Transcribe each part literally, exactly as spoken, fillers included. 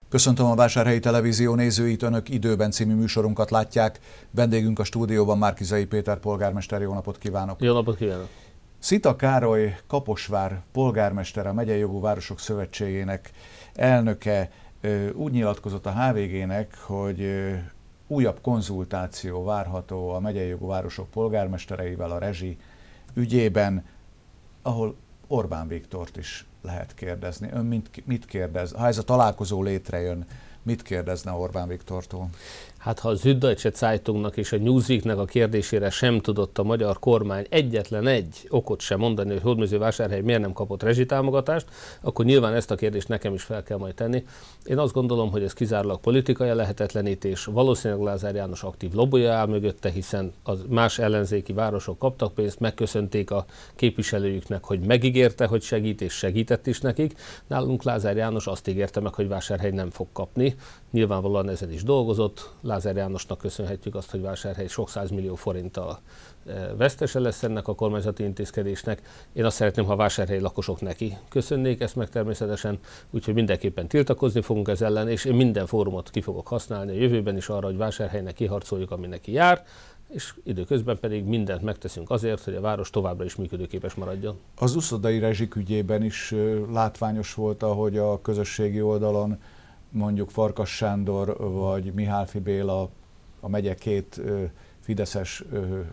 Köszöntöm a Vásárhelyi Televízió nézőit, Önök időben című műsorunkat látják. Vendégünk a stúdióban Márki-Zay Péter polgármester, jó napot kívánok! Jó napot kívánok! Szita Károly Kaposvár polgármester, a Megyei Jogú Városok Szövetségének elnöke úgy nyilatkozott a há vé gének, hogy újabb konzultáció várható a megyei jogú városok polgármestereivel a rezsi ügyében, ahol Orbán Viktort is lehet kérdezni. Ön mit, mit kérdez? Ha ez a találkozó létrejön, mit kérdezne Orbán Viktortól? Hát ha a Süddeutsche Zeitungnak és a Newsweeknek a kérdésére sem tudott a magyar kormány egyetlen egy okot sem mondani, hogy Hódmezővásárhely miért nem kapott rezsitámogatást, akkor nyilván ezt a kérdést nekem is fel kell majd tenni. Én azt gondolom, hogy ez kizárólag politikai lehetetlenítés, valószínűleg Lázár János aktív lobbyja áll mögötte, hiszen az más ellenzéki városok kaptak pénzt, megköszönték a képviselőjüknek, hogy megígérte, hogy segít, és segített is nekik. Nálunk Lázár János azt ígérte meg, hogy Vásárhely nem fog kapni. Nyilvánvalóan ezen is dolgozott. Lázár Jánosnak köszönhetjük azt, hogy Vásárhely sok százmillió forinttal vesztese lesz ennek a kormányzati intézkedésnek. Én azt szeretném, ha a vásárhelyi lakosok neki köszönnék ezt meg természetesen, úgyhogy mindenképpen tiltakozni fogunk ez ellen, és én minden fórumot ki fogok használni a jövőben is arra, hogy Vásárhelynek kiharcoljuk, ami neki jár, és időközben pedig mindent megteszünk azért, hogy a város továbbra is működőképes maradjon. Az uszodai rezsik ügyében is látványos volt, ahogy a közösségi oldalon mondjuk Farkas Sándor vagy Mihály Béla, a megye két fideszes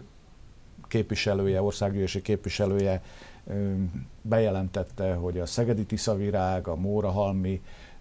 képviselője, országgyűlési képviselője bejelentette, hogy a szegedi Tiszavirág, a Mórahalmi,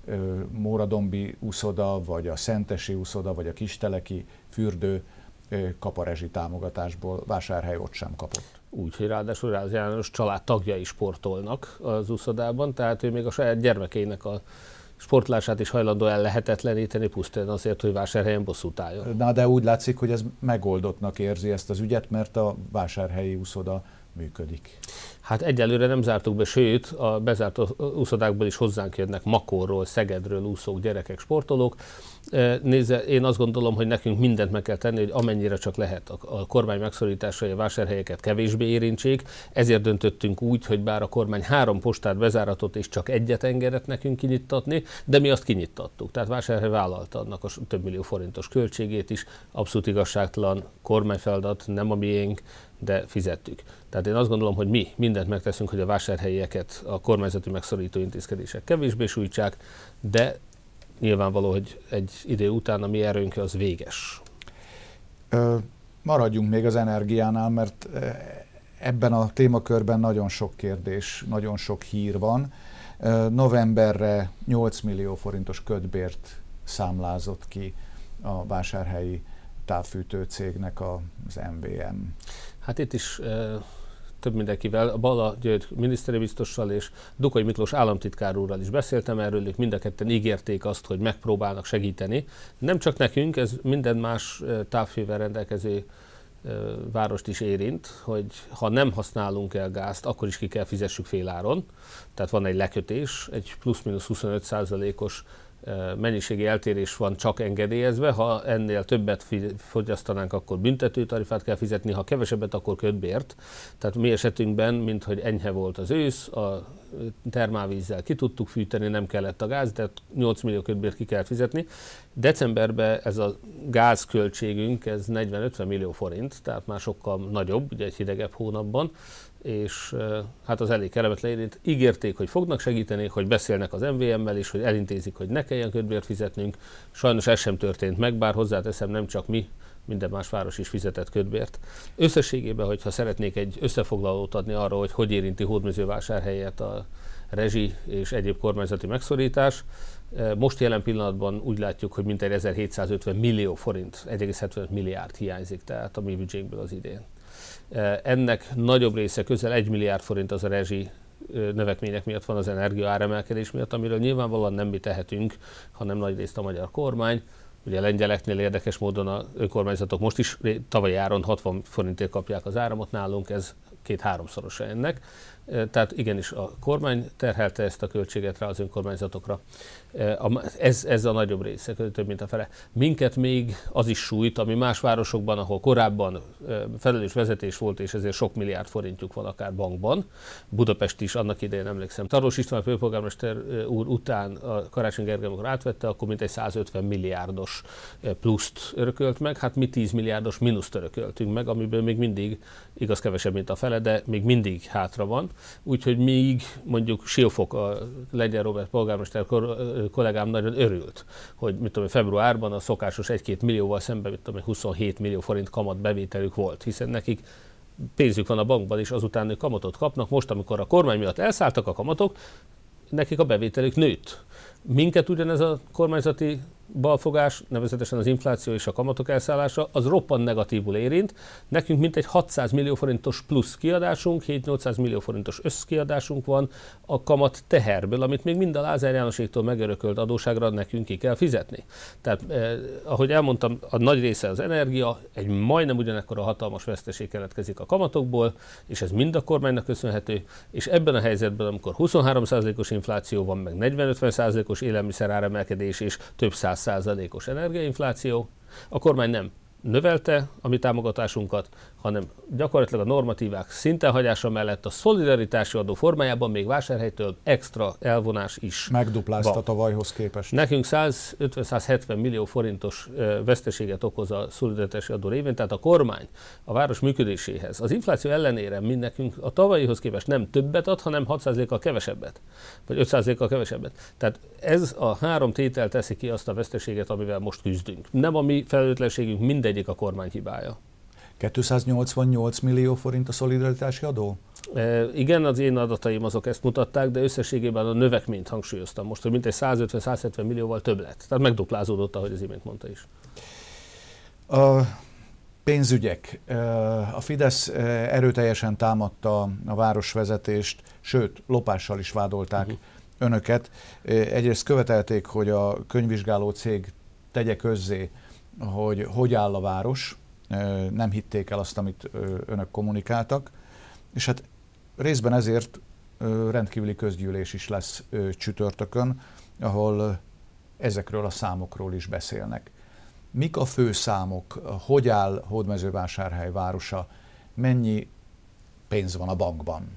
Móradombi úszoda, vagy a Szentesi úszoda, vagy a Kisteleki fürdő kap a rezsi támogatásból, Vásárhely ott sem kapott. Úgyhogy ráadásul Lázár János család tagjai sportolnak az úszodában, tehát ő még a saját gyermekeinek a sportlását is hajlandó el lehetetleníteni pusztán azért, hogy Vásárhelyen bosszút álljon. Na, de úgy látszik, hogy ez megoldottnak érzi ezt az ügyet, mert a vásárhelyi úszoda működik. Hát egyelőre nem zártuk be, sőt, a bezárt úszodákból is hozzánk jönnek Makorról, Szegedről úszók, gyerekek, sportolók. Nézze, én azt gondolom, hogy nekünk mindent meg kell tenni, hogy amennyire csak lehet a kormány megszorításai a vásárhelyeket kevésbé érintsék. Ezért döntöttünk úgy, hogy bár a kormány három postát bezáratott és csak egyet engedett nekünk kinyittatni, de mi azt kinyittattuk. Tehát Vásárhely vállalta annak a több millió forintos költségét is. Abszolút igazságtalan kormányfeladat, nem a miénk, de fizettük. Tehát én azt gondolom, hogy mi mindent megteszünk, hogy a vásárhelyieket a kormányzati megszorító intézkedések kevésbé sújtsák, de nyilvánvaló, hogy egy idő után a mi erőnk az véges. Ö, maradjunk még az energiánál, mert ebben a témakörben nagyon sok kérdés, nagyon sok hír van. Ö, novemberre nyolc millió forintos kötbért számlázott ki a vásárhelyi távfűtőcégnek az em vé em. Hát itt is e, több mindenkivel, a Balla György miniszteri biztossal és Dukai Miklós államtitkár úrral is beszéltem erről, ők mind a ketten ígérték azt, hogy megpróbálnak segíteni. Nem csak nekünk, ez minden más távfűvel rendelkező e, várost is érint, hogy ha nem használunk el gázt, akkor is ki kell fizessük féláron. Tehát van egy lekötés, egy plusz-minusz huszonöt százalékos mennyiségi eltérés van csak engedélyezve, ha ennél többet fogyasztanánk, akkor büntető tarifát kell fizetni, ha kevesebbet, akkor kötbért. Tehát mi esetünkben, mint hogy enyhe volt az ősz, a termálvízzel ki tudtuk fűteni, nem kellett a gáz, de nyolc millió kötbért ki kell fizetni. Decemberben ez a gázköltségünk, ez negyven-ötven millió forint, tehát már sokkal nagyobb, ugye egy hidegebb hónapban, és hát az elég kellemetlen érint. Ígérték, hogy fognak segíteni, hogy beszélnek az em vé em-mel is, hogy elintézik, hogy ne kelljen kötbért fizetnünk. Sajnos ez sem történt meg, bár hozzáteszem, nem csak mi, minden más város is fizetett kötbért. Összességében, hogyha szeretnék egy összefoglalót adni arra, hogy hogy érinti Hódmezővásárhelyet a rezsi és egyéb kormányzati megszorítás, most jelen pillanatban úgy látjuk, hogy mintegy ezerhétszázötven millió forint, egy egész hetvenöt milliárd hiányzik, tehát a mi büdzsénkből az idén. Ennek nagyobb része, közel egy milliárd forint az a rezsi növekmények miatt van, az energia áremelkedés miatt, amiről nyilvánvalóan nem mi tehetünk, hanem nagyrészt a magyar kormány. Ugye a lengyeleknél érdekes módon a önkormányzatok most is tavalyi áron hatvan forintért kapják az áramot, nálunk ez két-háromszorosa ennek. Tehát igenis a kormány terhelte ezt a költséget rá az önkormányzatokra. Ez, ez a nagyobb része, több mint a fele. Minket még az is sújt, ami más városokban, ahol korábban felelős vezetés volt, és ezért sok milliárd forintjuk van akár bankban. Budapest is annak idején emlékszem. Tarlós István főpolgármester úr után a Karácsony Gergely, amikor átvette, akkor mintegy százötven milliárdos pluszt örökölt meg. Hát mi tíz milliárdos mínuszt örököltünk meg, amiből még mindig, igaz kevesebb, mint a fele, de még mindig hátra van. Úgyhogy még mondjuk Siófok, a Lengyel Róbert polgármester kollégám nagyon örült, hogy mit tudom, februárban a szokásos egy-két millióval szemben mit tudom, huszonhét millió forint kamat bevételük volt, hiszen nekik pénzük van a bankban, és azután ők kamatot kapnak. Most, amikor a kormány miatt elszálltak a kamatok, nekik a bevételük nőtt. Minket ugyanez a kormányzati balfogás, nevezetesen az infláció és a kamatok elszállása, az roppant negatívul érint. Nekünk mintegy hatszáz millió forintos plusz kiadásunk, hét-nyolcszáz millió forintos összkiadásunk van a kamat teherből, amit még mind a Lázár Jánoséktól megörökölt adóságra nekünk ki kell fizetni. Tehát, eh, ahogy elmondtam, a nagy része az energia, egy majdnem ugyanekkor a hatalmas veszteség keletkezik a kamatokból, és ez mind a kormánynak köszönhető, és ebben a helyzetben, amikor huszonhárom százalékos infláció van, meg negyven-ötven százalékos élelmiszer áremelkedés és több száz százalékos energiainfláció, a kormány nem növelte a mi támogatásunkat, hanem gyakorlatilag a normatívák szinten hagyása mellett a szolidaritási adó formájában még Vásárhelytől extra elvonás is megduplázta van. Tavalyhoz képest. Nekünk százötven-százhetven millió forintos veszteséget okoz a szolidaritási adó révén, tehát a kormány a város működéséhez az infláció ellenére mind nekünk a tavalyihoz képest nem többet ad, hanem hat százalékkal kevesebbet, vagy öt százalékkal kevesebbet. Tehát ez a három tétel teszi ki azt a veszteséget, amivel most küzdünk. Nem a mi felelőtlenségünk, mindegyik a kormány hibája. kétszáznyolcvannyolc millió forint a szolidaritási adó? E, igen, az én adataim azok ezt mutatták, de összességében a növekményt hangsúlyoztam most, hogy mintegy százötven-százhetven millióval több lett. Tehát megduplázódott, ahogy az imént mondta is. A pénzügyek. A Fidesz erőteljesen támadta a városvezetést, sőt, lopással is vádolták uh-huh. önöket. Egyrészt követelték, hogy a könyvvizsgáló cég tegye közzé, hogy hogy áll a város, nem hitték el azt, amit önök kommunikáltak, és hát részben ezért rendkívüli közgyűlés is lesz csütörtökön, ahol ezekről a számokról is beszélnek. Mik a fő számok? Hogy áll Hódmezővásárhely városa? Mennyi pénz van a bankban?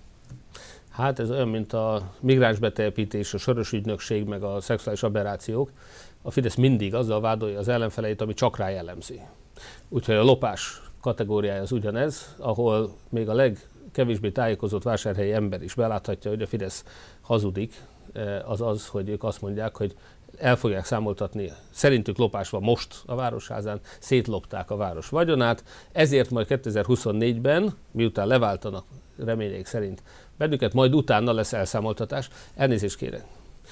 Hát ez olyan, mint a migránsbetelepítés, a soros ügynökség, meg a szexuális aberrációk. A Fidesz mindig azzal vádolja az ellenfeleit, ami csak rá jellemzi. Úgyhogy a lopás kategóriája az ugyanez, ahol még a legkevésbé tájékozott vásárhelyi ember is beláthatja, hogy a Fidesz hazudik, az az, hogy ők azt mondják, hogy el fogják számoltatni, szerintük lopás van most a városházán, szétlopták a város vagyonát, ezért majd kétezer-huszonnégyben, miután leváltanak reményeik szerint bennünket, majd utána lesz elszámoltatás. Elnézést kérek.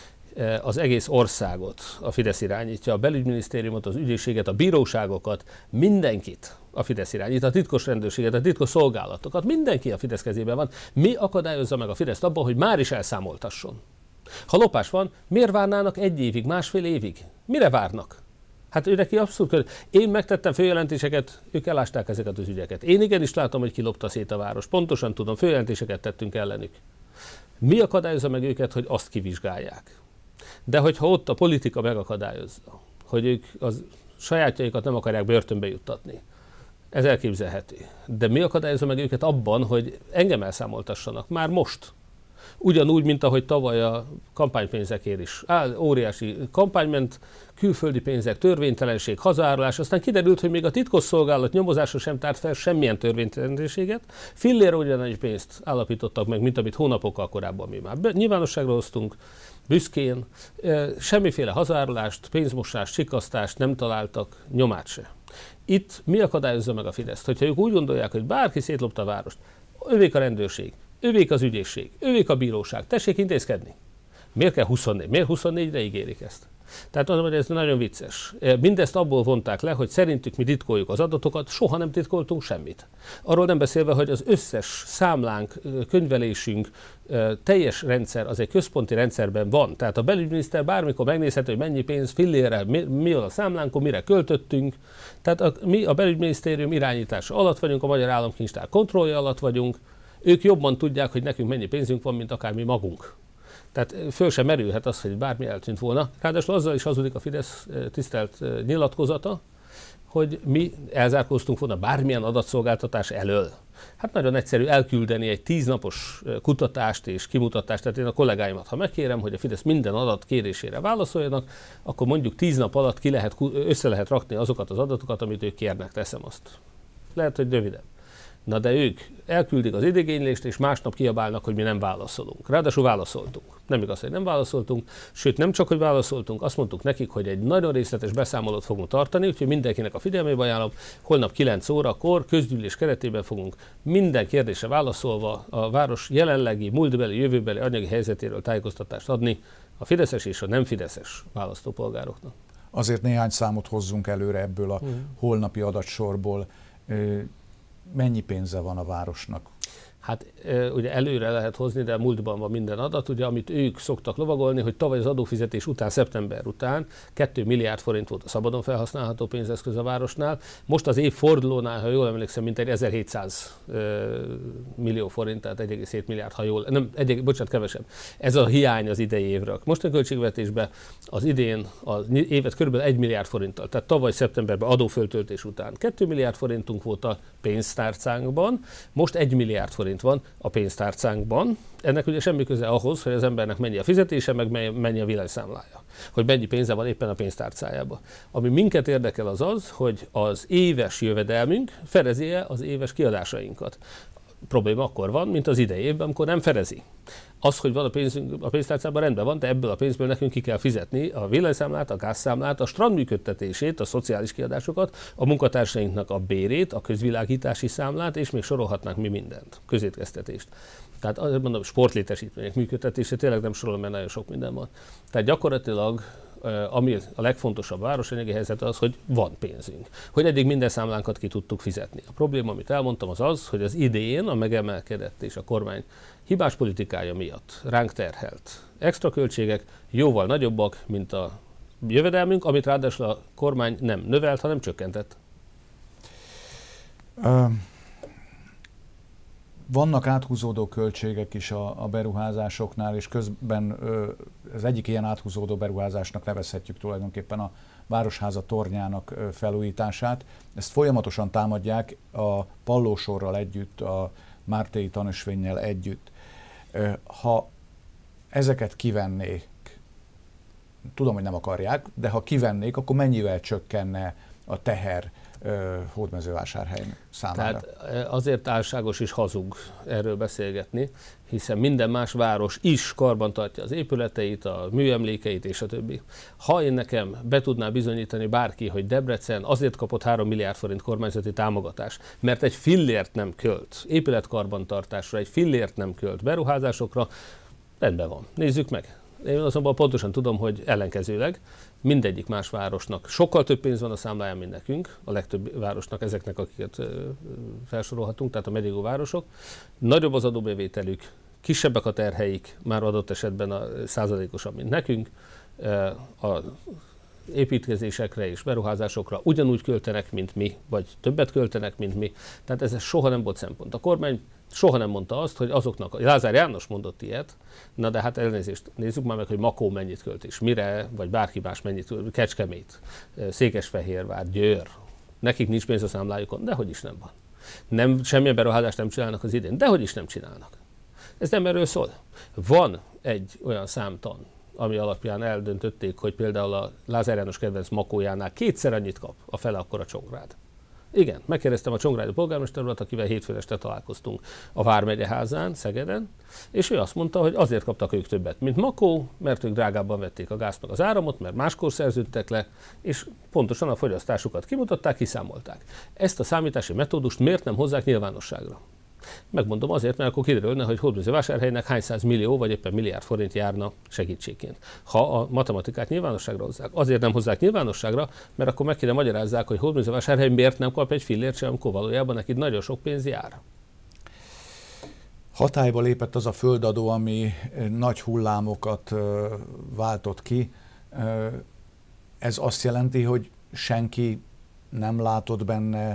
Az egész országot a Fidesz irányítja, a belügyminisztériumot, az ügyészséget, a bíróságokat, mindenkit a Fidesz irányít, a titkos rendőrséget, a titkos szolgálatokat, mindenki a Fidesz kezében van. Mi akadályozza meg a Fideszt abban, hogy már is elszámoltasson? Ha lopás van, miért várnának egy évig, másfél évig? Mire várnak? Hát ő neki abszolút körül. Én megtettem főjelentéseket, ők elásták ezeket az ügyeket. Én igenis látom, hogy ki lopta szét a város. Pontosan tudom, főjelentéseket tettünk ellenük. Mi akadályozza meg őket, hogy azt kivizsgálják? De hogyha ott a politika megakadályozza, hogy ők az sajátjaikat nem akarják börtönbe juttatni, ez elképzelhető. De mi akadályozza meg őket abban, hogy engem elszámoltassanak már most? Ugyanúgy, mint ahogy tavaly a kampánypénzekért is. Á, óriási kampány ment, külföldi pénzek, törvénytelenség, hazárulás, aztán kiderült, hogy még a titkosszolgálat nyomozása sem tárt fel semmilyen törvénytelenséget. Fillér ugyanannyi pénzt állapítottak meg, mint amit hónapokkal korábban mi már nyilvánosságra hoztunk, büszkén. Semmiféle hazárulást, pénzmosást, sikasztást nem találtak, nyomát se. Itt mi akadályozza meg a Fideszt? Hogyha ők úgy gondolják, hogy bárki szétlopta a várost, övék a rendőrség, övék az ügyészség, övék a bíróság, tessék intézkedni. Miért kell huszonnégy? Miért huszonnégyre ígérik ezt? Tehát mondom, hogy ez nagyon vicces. Mindezt abból vonták le, hogy szerintük mi titkoljuk az adatokat, soha nem titkoltunk semmit. Arról nem beszélve, hogy az összes számlánk, könyvelésünk, teljes rendszer az egy központi rendszerben van. Tehát a belügyminiszter bármikor megnézheti, hogy mennyi pénz fillére, mi, mi az a számlánkon, mire költöttünk. Tehát a, mi a belügyminisztérium irányítása alatt vagyunk, a Magyar Államkincstár kontrollja alatt vagyunk, Ők jobban tudják, hogy nekünk mennyi pénzünk van, mint akár mi magunk. Tehát föl sem merülhet az, hogy bármi eltűnt volna. Ráadásul azzal is hazudik a Fidesz tisztelt nyilatkozata, hogy mi elzárkóztunk volna bármilyen adatszolgáltatás elől. Hát nagyon egyszerű elküldeni egy tíznapos kutatást és kimutatást. Tehát én a kollégáimat, ha megkérem, hogy a Fidesz minden adat kérésére válaszoljanak, akkor mondjuk tíz nap alatt ki lehet, össze lehet rakni azokat az adatokat, amit ők kérnek, teszem azt. Lehet, hogy röviden. Na de ők elküldik az idegénylést, és másnap kiabálnak, hogy mi nem válaszolunk. Ráadásul válaszoltunk. Nem igaz, hogy nem válaszoltunk, sőt nem csak, hogy válaszoltunk, azt mondtuk nekik, hogy egy nagyon részletes beszámolót fogunk tartani, úgyhogy mindenkinek a figyelmébe ajánlom, holnap kilenc órakor közgyűlés keretében fogunk minden kérdésre válaszolva a város jelenlegi, múltbeli, jövőbeli anyagi helyzetéről tájékoztatást adni a fideszes és a nem fideszes választópolgároknak. Azért néhány számot hozzunk előre ebből a hmm. holnapi adatsorból. Mennyi pénze van a városnak? Hát ugye előre lehet hozni, de múltban van minden adat, ugye, amit ők szoktak lovagolni, hogy tavaly az adófizetés után, szeptember után két milliárd forint volt a szabadon felhasználható pénzeszköz a városnál. Most az év fordulónál, ha jól emlékszem, mintegy ezerhétszáz millió forint, tehát egy egész hét milliárd, ha jól, nem, egy, bocsánat, kevesebb. Ez a hiány az idei évről. Most a költségvetésben az idén az évet kb. egy milliárd forinttal, tehát tavaly szeptemberben adóföltöltés után két milliárd forintunk volt a pénztárcánkban, most egy milliárd forint van a pénztárcánkban. Ennek ugye semmi köze ahhoz, hogy az embernek mennyi a fizetése, meg mennyi a villanyszámlája. Hogy mennyi pénze van éppen a pénztárcájában. Ami minket érdekel az az, hogy az éves jövedelmünk fedezi-e az éves kiadásainkat. A probléma akkor van, mint az idei évben, amikor nem fedezi. Az, hogy van a pénzünk a pénztárcában, rendben van, de ebből a pénzből nekünk ki kell fizetni a villanyszámlát, a gázszámlát, a strand működtetését, a szociális kiadásokat, a munkatársainknak a bérét, a közvilágítási számlát, és még sorolhatnánk mi mindent, közétkeztetést. Tehát azért mondom, sportlétesítmények működtetése, tényleg nem sorolom, mert nagyon sok minden van. Tehát gyakorlatilag ami a legfontosabb városanyagi helyzet az, hogy van pénzünk. Hogy eddig minden számlánkat ki tudtuk fizetni. A probléma, amit elmondtam, az az, hogy az idén a megemelkedett és a kormány hibás politikája miatt ránk terhelt extra költségek jóval nagyobbak, mint a jövedelmünk, amit ráadásul a kormány nem növelt, hanem csökkentett. Um. Vannak áthúzódó költségek is a, a beruházásoknál, és közben az egyik ilyen áthúzódó beruházásnak nevezhetjük tulajdonképpen a Városháza tornyának felújítását. Ezt folyamatosan támadják a Pallósorral együtt, a Mártéi Tanösvénnyel együtt. Ha ezeket kivennék, tudom, hogy nem akarják, de ha kivennék, akkor mennyivel csökkenne a teher Hódmezővásárhely számára? Tehát azért álságos és hazug erről beszélgetni, hiszen minden más város is karbantartja az épületeit, a műemlékeit és a többi. Ha én nekem be tudná bizonyítani bárki, hogy Debrecen azért kapott három milliárd forint kormányzati támogatást, mert egy fillért nem költ épületkarbantartásra, egy fillért nem költ beruházásokra, rendben van. Nézzük meg. Én azonban pontosan tudom, hogy ellenkezőleg mindegyik más városnak sokkal több pénz van a számláján, mint nekünk, a legtöbb városnak, ezeknek, akiket felsorolhatunk, tehát a megyégó városok. Nagyobb az adóbevételük, kisebbek a terheik, már adott esetben a százalékosabb, mint nekünk. A építkezésekre és beruházásokra ugyanúgy költenek, mint mi, vagy többet költenek, mint mi. Tehát ez soha nem volt szempont. A kormány soha nem mondta azt, hogy azoknak, Lázár János mondott ilyet, na de hát elnézést, nézzük már meg, hogy Makó mennyit költ, és mire, vagy bárki más mennyit költ, Kecskemét, Székesfehérvár, Győr, nekik nincs pénz a számlájukon, de hogy is nem van. Nem, semmilyen beruházást nem csinálnak az idén, de hogy is nem csinálnak. Ez nem erről szól. Van egy olyan számtan, ami alapján eldöntötték, hogy például a Lázár János kedvenc Makójánál kétszer annyit kap, a fele akkora Csongrád. Igen, megkérdeztem a csongrádi polgármester urat, akivel hétfőn este találkoztunk a Vármegyeházán, Szegeden, és ő azt mondta, hogy azért kaptak ők többet, mint Makó, mert ők drágábban vették a gázt meg az áramot, mert máskor szerződtek le, és pontosan a fogyasztásukat kimutatták, kiszámolták. Ezt a számítási metódust miért nem hozzák nyilvánosságra? Megmondom azért, mert akkor kiderülne, hogy Hódmezővásárhelynek hány száz millió vagy éppen milliárd forint járna segítségként. Ha a matematikát nyilvánosságra hozzák. Azért nem hozzák nyilvánosságra, mert akkor meg kéne magyarázzák, hogy Hódmezővásárhely miért nem kap egy fillért sem, amikor valójában neki nagyon sok pénz jár. Hatályba lépett az a földadó, ami nagy hullámokat váltott ki. Ez azt jelenti, hogy senki nem látott benne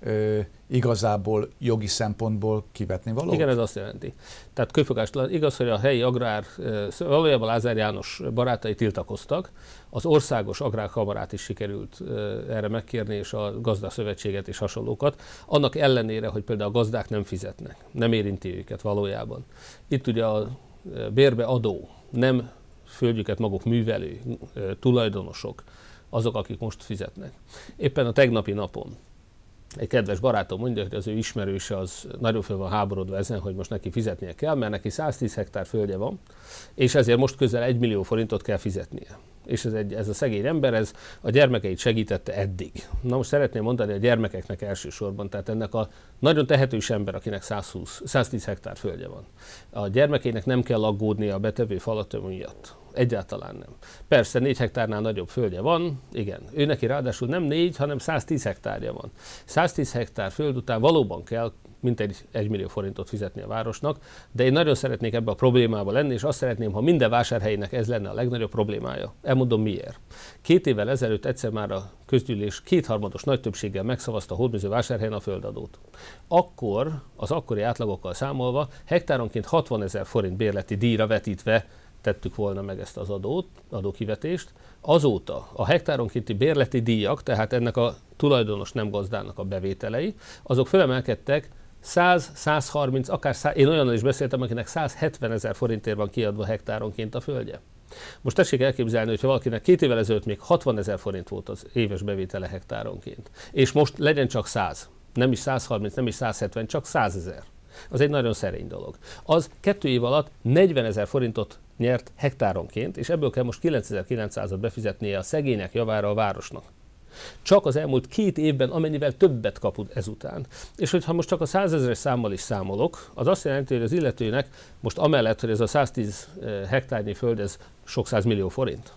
ö, igazából jogi szempontból kivetni való? Igen, ez azt jelenti. Tehát kőfogástalan. Igaz, hogy a helyi agrár, valójában Lázár János barátai tiltakoztak, az országos agrárkamarát is sikerült erre megkérni, és a gazdaszövetséget és hasonlókat, annak ellenére, hogy például a gazdák nem fizetnek, nem érinti őket valójában. Itt ugye a bérbeadó, nem földjüket maguk művelő tulajdonosok, azok, akik most fizetnek. Éppen a tegnapi napon egy kedves barátom mondja, hogy az ő ismerőse az nagyon fel van háborodva ezen, hogy most neki fizetnie kell, mert neki száztíz hektár földje van, és ezért most közel egy millió forintot kell fizetnie. És ez, egy, ez a szegény ember, ez a gyermekeit segítette eddig. Na most szeretném mondani a gyermekeknek elsősorban, tehát ennek a nagyon tehetős ember, akinek százhúsz, száztíz hektár földje van. A gyermekének nem kell aggódnia a betevő falatömű miatt. Egyáltalán nem. Persze négy hektárnál nagyobb földje van, igen. Ő neki ráadásul nem négy, hanem száztíz hektárja van. száztíz hektár föld után valóban kell mintegy egy millió forintot fizetni a városnak, de én nagyon szeretnék ebbe a problémába lenni, és azt szeretném, ha minden vásárhelynek ez lenne a legnagyobb problémája. Elmondom miért. Két évvel ezelőtt egyszer már a közgyűlés kétharmados nagy többséggel megszavazta a Hódmezővásárhelyen a földadót. Akkor, az akkori átlagokkal számolva, hektáronként hatvanezer forint bérleti díjra vetítve tettük volna meg ezt az adót, adókivetést. Azóta a hektáronkénti bérleti díjak, tehát ennek a tulajdonos nem gazdának a bevételei, azok fölemelkedtek száz, százharminc, akár száz, én olyannal is beszéltem, akinek százhetvenezer forintért van kiadva hektáronként a földje. Most tessék elképzelni, hogy valakinek két évvel ezelőtt még hatvanezer forint volt az éves bevétele hektáronként, és most legyen csak száz, nem is százharminc, nem is százhetven, csak százezer. Az egy nagyon szerény dolog. Az kettő év alatt negyvenezer forintot nyert hektáronként, és ebből kell most kilencezer-kilencszázat befizetnie a szegények javára a városnak. Csak az elmúlt két évben, amennyivel többet kapod ezután. És hogyha most csak a százezeres számmal is számolok, az azt jelenti, hogy az illetőnek most amellett, hogy ez a száztíz hektárnyi föld, ez sok százmillió forint.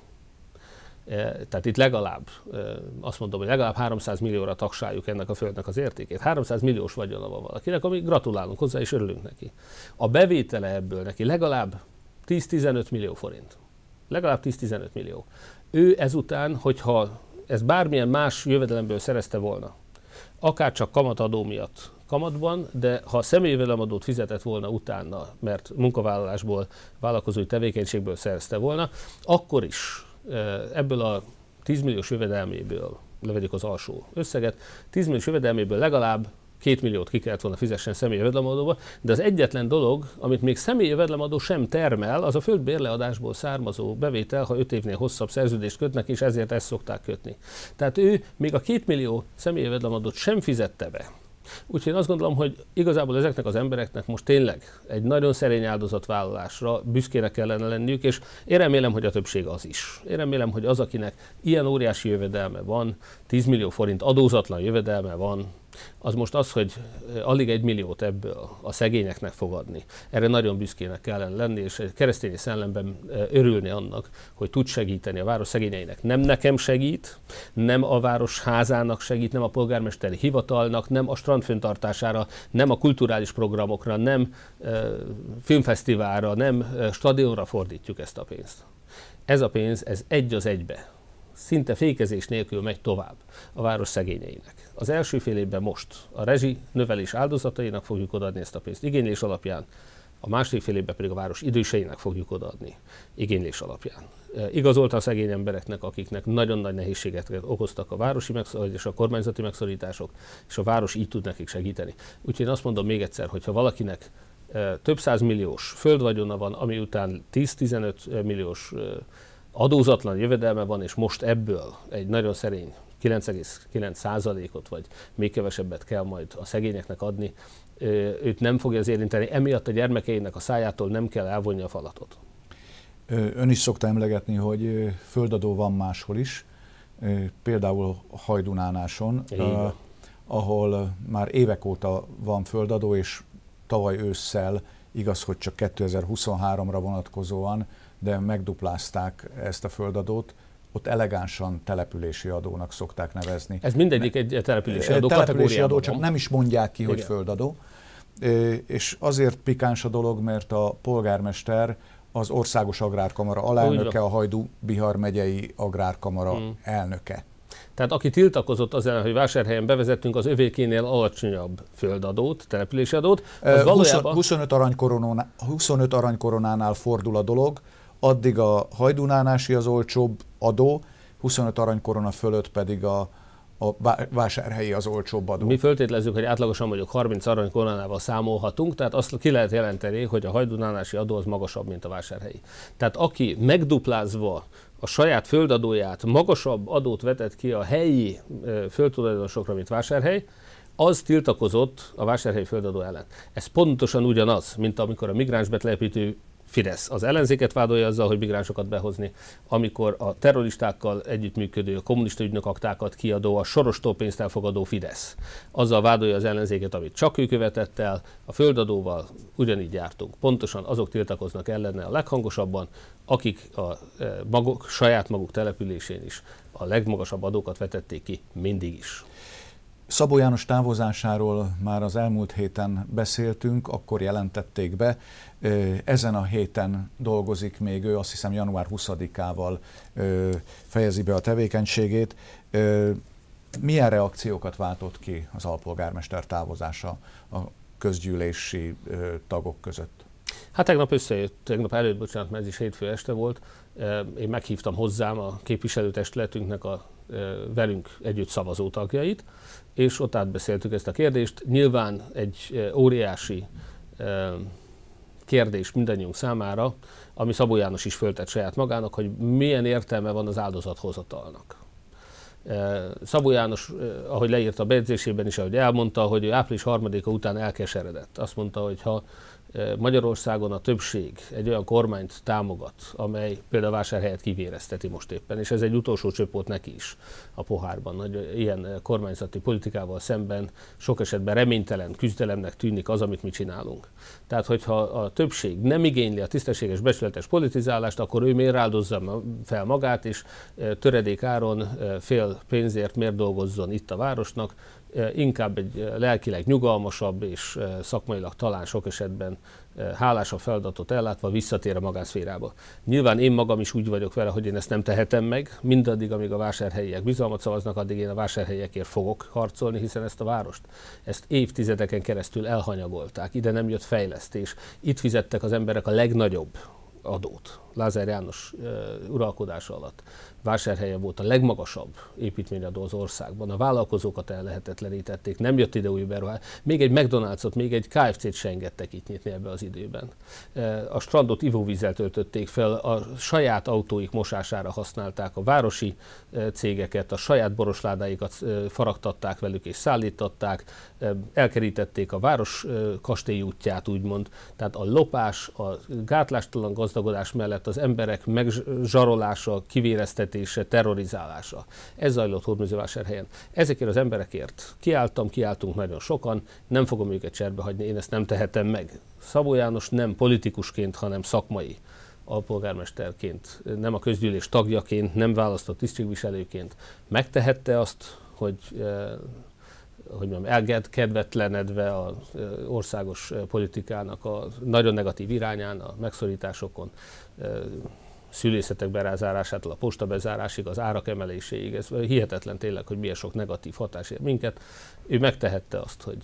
Tehát itt legalább, azt mondom, hogy legalább háromszáz millióra tagsáljuk ennek a földnek az értékét. háromszáz milliós vagyona van valakinek, ami gratulálunk hozzá, és örülünk neki. A bevétele ebből neki legalább tíz-tizenöt millió forint. Legalább tíz-tizenöt millió. Ő ezután, hogyha ez bármilyen más jövedelemből szerezte volna, akár csak kamatadó miatt kamatban, de ha személyjövedelemadót fizetett volna utána, mert munkavállalásból, vállalkozói tevékenységből szerezte volna, akkor is ebből a tíz milliós jövedelméből, levegyük az alsó összeget, tíz milliós jövedelméből legalább két milliót ki kellett volna fizessen személyi jövedelemadóba, de az egyetlen dolog, amit még személyi jövedelemadó sem termel, az a földbérleadásból származó bevétel, ha öt évnél hosszabb szerződést kötnek, és ezért ezt szokták kötni. Tehát ő még a két millió személyi jövedelemadót sem fizette be. Úgyhogy én azt gondolom, hogy igazából ezeknek az embereknek most tényleg egy nagyon szerény áldozatvállalásra büszkének kellene lenniük, és én remélem, hogy a többség az is. Én remélem, hogy az, akinek ilyen óriási jövedelme van, tíz millió forint adózatlan jövedelme van, az most az, hogy alig egy milliót ebből a szegényeknek fog adni. Erre nagyon büszkének kellene lenni, és keresztény szellemben örülni annak, hogy tud segíteni a város szegényeinek. Nem nekem segít, nem a város házának segít, nem a polgármesteri hivatalnak, nem a strand fenntartására, nem a kulturális programokra, nem e, filmfesztiválra, nem e, stadionra fordítjuk ezt a pénzt. Ez a pénz, ez egy az egybe, szinte fékezés nélkül megy tovább a város szegényeinek. Az első fél évben most a rezsi növelés áldozatainak fogjuk odaadni ezt a pénzt igénylés alapján, a második fél évben pedig a város időseinek fogjuk odaadni igénylés alapján. Igazolta a szegény embereknek, akiknek nagyon nagy nehézséget okoztak a városi és a kormányzati megszorítások, és a város így tud nekik segíteni. Úgyhogy én azt mondom még egyszer, hogyha valakinek több százmilliós földvagyona van, ami után tíz-tizenöt milliós adózatlan jövedelme van, és most ebből egy nagyon szerény kilenc egész kilenc százalékot, vagy még kevesebbet kell majd a szegényeknek adni, őt nem fogja az érinteni, emiatt a gyermekeinek a szájától nem kell elvonni a falatot. Ön is szokta emlegetni, hogy földadó van máshol is, például Hajdunánáson, uh, ahol már évek óta van földadó, és tavaly ősszel, igaz, hogy csak kétezer-huszonháromra vonatkozóan, de megduplázták ezt a földadót, ott elegánsan települési adónak szokták nevezni. Ez mindegyik egy települési adó települési adó, csak nem is mondják ki, igen, hogy földadó. És azért pikáns a dolog, mert a polgármester az Országos Agrárkamara alelnöke, a Hajdú-Bihar megyei Agrárkamara hmm. elnöke. Tehát aki tiltakozott az ellen, hogy Vásárhelyen bevezettünk az övékénél alacsonyabb földadót, települési adót, az valójában... huszonöt, aranykoronánál, huszonöt aranykoronánál fordul a dolog, addig a hajdúnánási az olcsóbb adó, huszonöt aranykorona fölött pedig a, a vásárhelyi az olcsóbb adó. Mi föltételezzük, hogy átlagosan mondjuk harminc aranykoronával számolhatunk, tehát azt ki lehet jelenteni, hogy a hajdúnánási adó az magasabb, mint a vásárhelyi. Tehát aki megduplázva a saját földadóját magasabb adót vetett ki a helyi földtulajdonosokra, mint Vásárhely, az tiltakozott a vásárhelyi földadó ellen. Ez pontosan ugyanaz, mint amikor a migráns betelepítő Fidesz az ellenzéket vádolja azzal, hogy migránsokat behozni, amikor a terroristákkal együttműködő, a kommunista ügynökaktákat kiadó, a sorostól pénzt elfogadó Fidesz azzal vádolja az ellenzéket, amit csak ő követett el, a földadóval ugyanígy jártunk. Pontosan azok tiltakoznak ellene a leghangosabban, akik a maguk, saját maguk településén is a legmagasabb adókat vetették ki mindig is. Szabó János távozásáról már az elmúlt héten beszéltünk, akkor jelentették be. Ezen a héten dolgozik még ő, azt hiszem január huszadikával fejezi be a tevékenységét. Milyen reakciókat váltott ki az alpolgármester távozása a közgyűlési tagok között? Hát tegnap összejött, tegnap előtt, bocsánat, mert ez is hétfő este volt. Én meghívtam hozzám a képviselőtestületünknek a velünk együtt szavazó tagjait, és ott átbeszéltük ezt a kérdést. Nyilván egy óriási kérdés mindannyiunk számára, ami Szabó János is föltett saját magának, hogy milyen értelme van az áldozathozatalnak. Szabó János, ahogy leírta a bejegyzésében is, ahogy elmondta, hogy ő április harmadika után elkeseredett. Azt mondta, hogy ha Magyarországon a többség egy olyan kormányt támogat, amely például Vásárhelyet kivérezteti most éppen, és ez egy utolsó csöpp volt neki is a pohárban, hogy ilyen kormányzati politikával szemben sok esetben reménytelen küzdelemnek tűnik az, amit mi csinálunk. Tehát, hogyha a többség nem igényli a tisztességes, becsületes politizálást, akkor ő miért áldozza fel magát, és töredék áron fél pénzért miért dolgozzon itt a városnak, inkább egy lelkileg nyugalmasabb és szakmailag talán sok esetben hálásabb feladatot ellátva visszatér a magánszférába. Nyilván én magam is úgy vagyok vele, hogy én ezt nem tehetem meg, mindaddig, amíg a vásárhelyiek bizalmat szavaznak, addig én a vásárhelyiekért fogok harcolni, hiszen ezt a várost, ezt évtizedeken keresztül elhanyagolták, ide nem jött fejlesztés, itt fizettek az emberek a legnagyobb adót. Lázár János uh, uralkodása alatt Vásárhelye volt a legmagasabb építményadó az országban. A vállalkozókat ellehetetlenítették, nem jött ide új beruházás. Még egy McDonald's-ot, még egy ká ef cét se engedtek itt nyitni ebbe az időben. Uh, a strandot ivóvízzel töltötték fel, a saját autóik mosására használták a városi uh, cégeket, a saját borosládáikat uh, faragtatták velük és szállítatták, uh, elkerítették a város uh, kastély útját, úgymond. Tehát a lopás, a gátlástalan gazdagodás mellett az emberek megzsarolása, kivéreztetése, terrorizálása. Ez zajlott Hódmezővásárhelyen. Ezekért az emberekért kiálltam, kiálltunk nagyon sokan, nem fogom őket cserbe hagyni, én ezt nem tehetem meg. Szabó János nem politikusként, hanem szakmai alpolgármesterként, nem a közgyűlés tagjaként, nem választott tisztségviselőként megtehette azt, hogy hogy mondjam, elkedvetlenedve az országos politikának a nagyon negatív irányán, a megszorításokon, szülészetek berázárásától a posta bezárásig, az árak emeléséig. Ez hihetetlen tényleg, hogy milyen sok negatív hatás ér minket. Ő megtehette azt, hogy,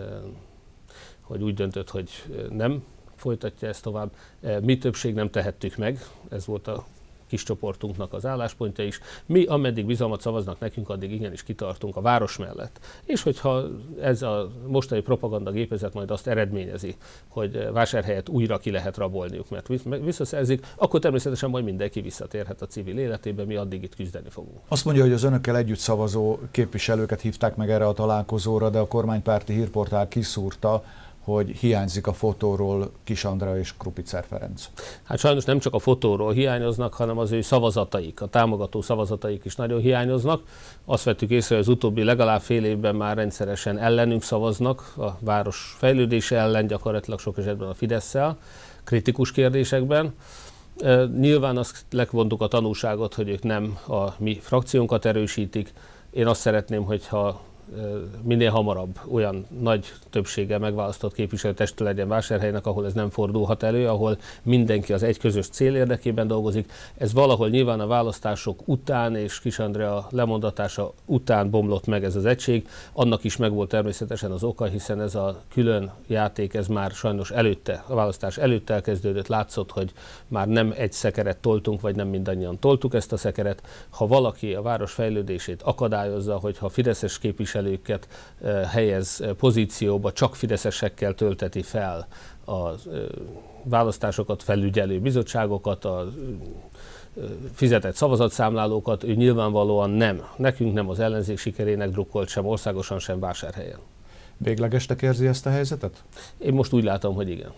hogy úgy döntött, hogy nem folytatja ezt tovább. Mi többség nem tehettük meg, ez volt a kis csoportunknak az álláspontja is. Mi, ameddig bizalmat szavaznak nekünk, addig igenis kitartunk a város mellett. És hogyha ez a mostani propagandagépezet majd azt eredményezi, hogy Vásárhelyet újra ki lehet rabolniuk, mert visszaszerzik, akkor természetesen majd mindenki visszatérhet a civil életébe, mi addig itt küzdeni fogunk. Azt mondja, hogy az önökkel együtt szavazó képviselőket hívták meg erre a találkozóra, de a kormánypárti hírportál kiszúrta, hogy hiányzik a fotóról Kis Andrea és Krupicer Ferenc. Hát sajnos nem csak a fotóról hiányoznak, hanem az ő szavazataik, a támogató szavazataik is nagyon hiányoznak. Azt vettük észre, hogy az utóbbi legalább fél évben már rendszeresen ellenünk szavaznak, a város fejlődése ellen, gyakorlatilag sok esetben a Fidesszel, kritikus kérdésekben. E, nyilván azt levontuk a tanulságot, hogy ők nem a mi frakciónkat erősítik. Én azt szeretném, hogyha minél hamarabb olyan nagy többséggel megválasztott képviselőtestő legyen Vásárhelynek, ahol ez nem fordulhat elő, ahol mindenki az egy közös cél érdekében dolgozik. Ez valahol nyilván a választások után és Kis Andrea lemondatása után bomlott meg ez az egység. Annak is megvolt természetesen az oka, hiszen ez a külön játék, ez már sajnos előtte, a választás előtte elkezdődött, látszott, hogy már nem egy szekeret toltunk, vagy nem mindannyian toltuk ezt a szekeret. Ha valaki a város fejlődését akadályozza, hogyha fideszes képviselőket helyez pozícióba, csak fideszesekkel tölteti fel a választásokat felügyelő bizottságokat, a fizetett szavazatszámlálókat, ő nyilvánvalóan nem. Nekünk nem az ellenzék sikerének drukkolt, sem országosan, sem Vásárhelyen. Véglegesnek érzi ezt a helyzetet? Én most úgy látom, hogy igen.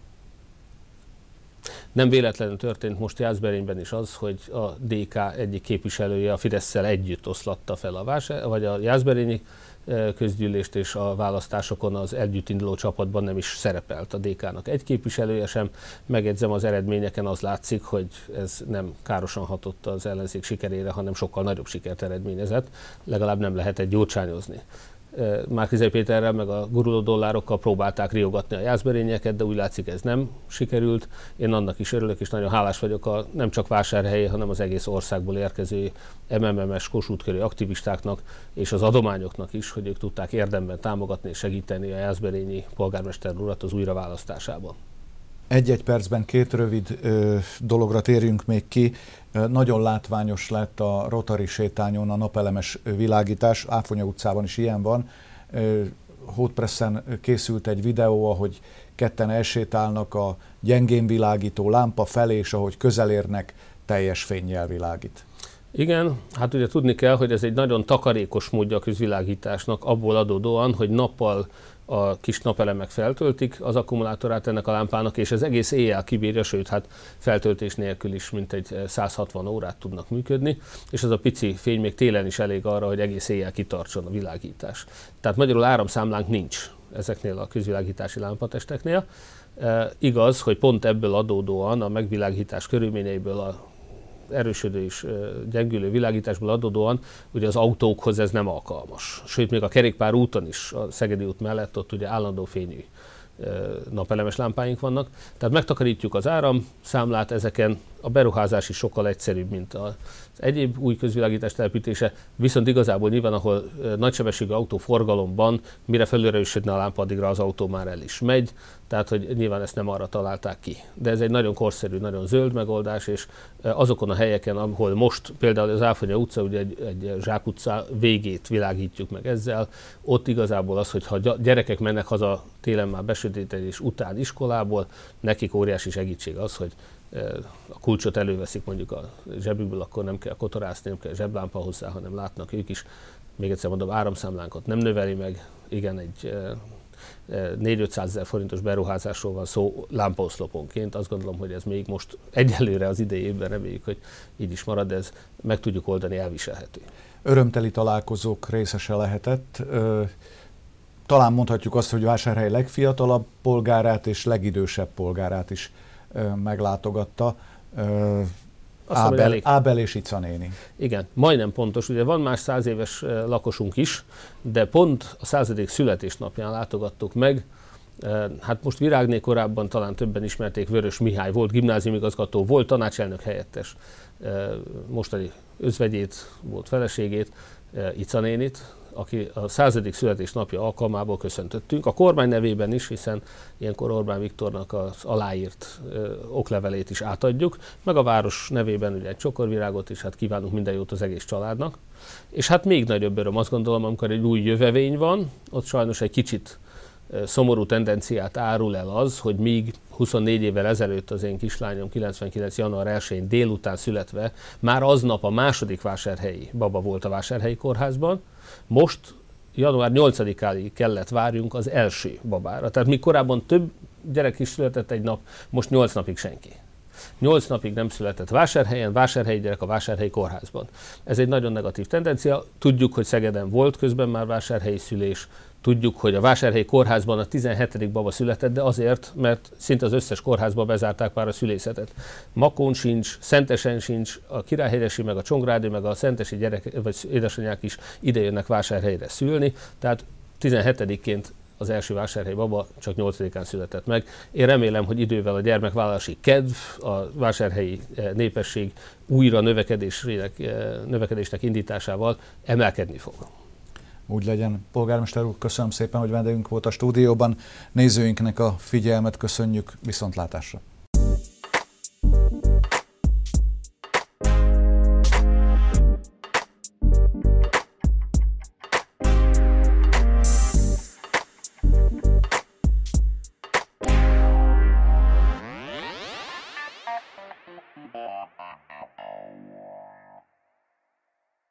Nem véletlenül történt most Jászberényben is az, hogy a dé ká egyik képviselője a Fidesszel együtt oszlatta fel a, Vásár, vagy a jászberényi közgyűlést, és a választásokon az együtt induló csapatban nem is szerepelt a dé ká-nak egy képviselője sem. Megjegyzem, az eredményeken az látszik, hogy ez nem károsan hatott az ellenzék sikerére, hanem sokkal nagyobb sikert eredményezett. Legalább nem lehet egy gyurcsányozni. Márki-Zay Péterrel meg a guruló dollárokkal próbálták riogatni a jászberényeket, de úgy látszik, ez nem sikerült. Én annak is örülök, és nagyon hálás vagyok a nem csak Vásárhelyi, hanem az egész országból érkező em em em es Kossuth-körű aktivistáknak és az adományoknak is, hogy ők tudták érdemben támogatni és segíteni a jászberényi polgármester urat az újraválasztásában. Egy-egy percben két rövid ö, dologra térjünk még ki. Nagyon látványos lett a Rotary sétányon a napelemes világítás, Áfonya utcában is ilyen van. Hotpressen készült egy videó, ahogy ketten elsétálnak a gyengén világító lámpa felé, és ahogy közelérnek, teljes fénnyel világít. Igen, hát ugye tudni kell, hogy ez egy nagyon takarékos módja a közvilágításnak, abból adódóan, hogy nappal a kis napelemek feltöltik az akkumulátorát ennek a lámpának, és ez egész éjjel kibírja, sőt, hát feltöltés nélkül is mintegy száz hatvan órát tudnak működni, és ez a pici fény még télen is elég arra, hogy egész éjjel kitartson a világítás. Tehát magyarul áramszámlánk nincs ezeknél a közvilágítási lámpatesteknél. E, igaz, hogy pont ebből adódóan, a megvilágítás körülményeiből, a erősödő és gyengülő világításból adódóan, ugye az autókhoz ez nem alkalmas. Sőt, még a kerékpár úton is, a Szegedi út mellett ott ugye állandó fényű napelemes lámpáink vannak. Tehát megtakarítjuk az áramszámlát ezeken, a beruházás is sokkal egyszerűbb, mint az egyéb új közvilágítás telepítése, viszont igazából nyilván, ahol nagysebességű autóforgalomban, mire felőrösödne a lámpa, addigra az autó már el is megy, tehát hogy nyilván ezt nem arra találták ki. De ez egy nagyon korszerű, nagyon zöld megoldás, és azokon a helyeken, ahol most például az Áfonya utca, ugye egy, egy zsákutca végét világítjuk meg ezzel, ott igazából az, hogy ha gyerekek mennek haza télen már besötétedés után iskolából, nekik óriási segítség az, hogy a kulcsot előveszik mondjuk a zsebükből, akkor nem kell kotorászni, nem kell zseblámpa hozzá, hanem látnak ők is. Még egyszer mondom, áramszámlánkat nem növeli meg, igen, egy négy-ötszázezer forintos beruházásról van szó lámpaoszloponként. Azt gondolom, hogy ez még most egyelőre az idei évben, reméljük, hogy így is marad, de ez meg tudjuk oldani, elviselhető. Örömteli találkozók részese lehetett. Talán mondhatjuk azt, hogy Vásárhely legfiatalabb polgárát és legidősebb polgárát is meglátogatta. Ábel, Ábel és Ica néni. Igen, majdnem pontos. Ugye van más száz éves lakosunk is, de pont a századik születésnapján látogattuk meg. Hát most Virágné korábban talán többen ismerték, Vörös Mihály volt gimnáziumigazgató, volt tanácselnök helyettes, mostani özvegyét, volt feleségét, Ica nénit, aki a századik születésnapja alkalmából köszöntöttünk, a kormány nevében is, hiszen ilyenkor Orbán Viktornak az aláírt ö, oklevelét is átadjuk, meg a város nevében ugye egy csokorvirágot is, hát kívánunk minden jót az egész családnak. És hát még nagyobb öröm, azt gondolom, amikor egy új jövevény van, ott sajnos egy kicsit ö, szomorú tendenciát árul el az, hogy míg huszonnégy évvel ezelőtt az én kislányom kilencvenkilenc január elsején délután születve, már aznap a második vásárhelyi baba volt a Vásárhelyi kórházban, most január nyolcadikáig kellett várjunk az első babára. Tehát míg korábban több gyerek is született egy nap, most nyolc napig senki. Nyolc napig nem született Vásárhelyen, vásárhelyi gyerek a Vásárhelyi kórházban. Ez egy nagyon negatív tendencia. Tudjuk, hogy Szegeden volt közben már vásárhelyi szülés, Tudjuk, hogy a Vásárhelyi Kórházban a tizenhetedik baba született, de azért, mert szinte az összes kórházba bezárták már a szülészetet. Makón sincs, Szentesen sincs, a Királyhegyesi, meg a Csongrádi, meg a szentesi gyerek, vagy édesanyák is idejönnek Vásárhelyre szülni, tehát tizenhetedikként az első vásárhelyi baba csak nyolcadikán született meg. Én remélem, hogy idővel a gyermekvállalási kedv, a vásárhelyi népesség újra növekedésnek, növekedésnek indításával emelkedni fog. Úgy legyen. Polgármester úr, köszönöm szépen, hogy vendégünk volt a stúdióban. Nézőinknek a figyelmet köszönjük, viszontlátásra!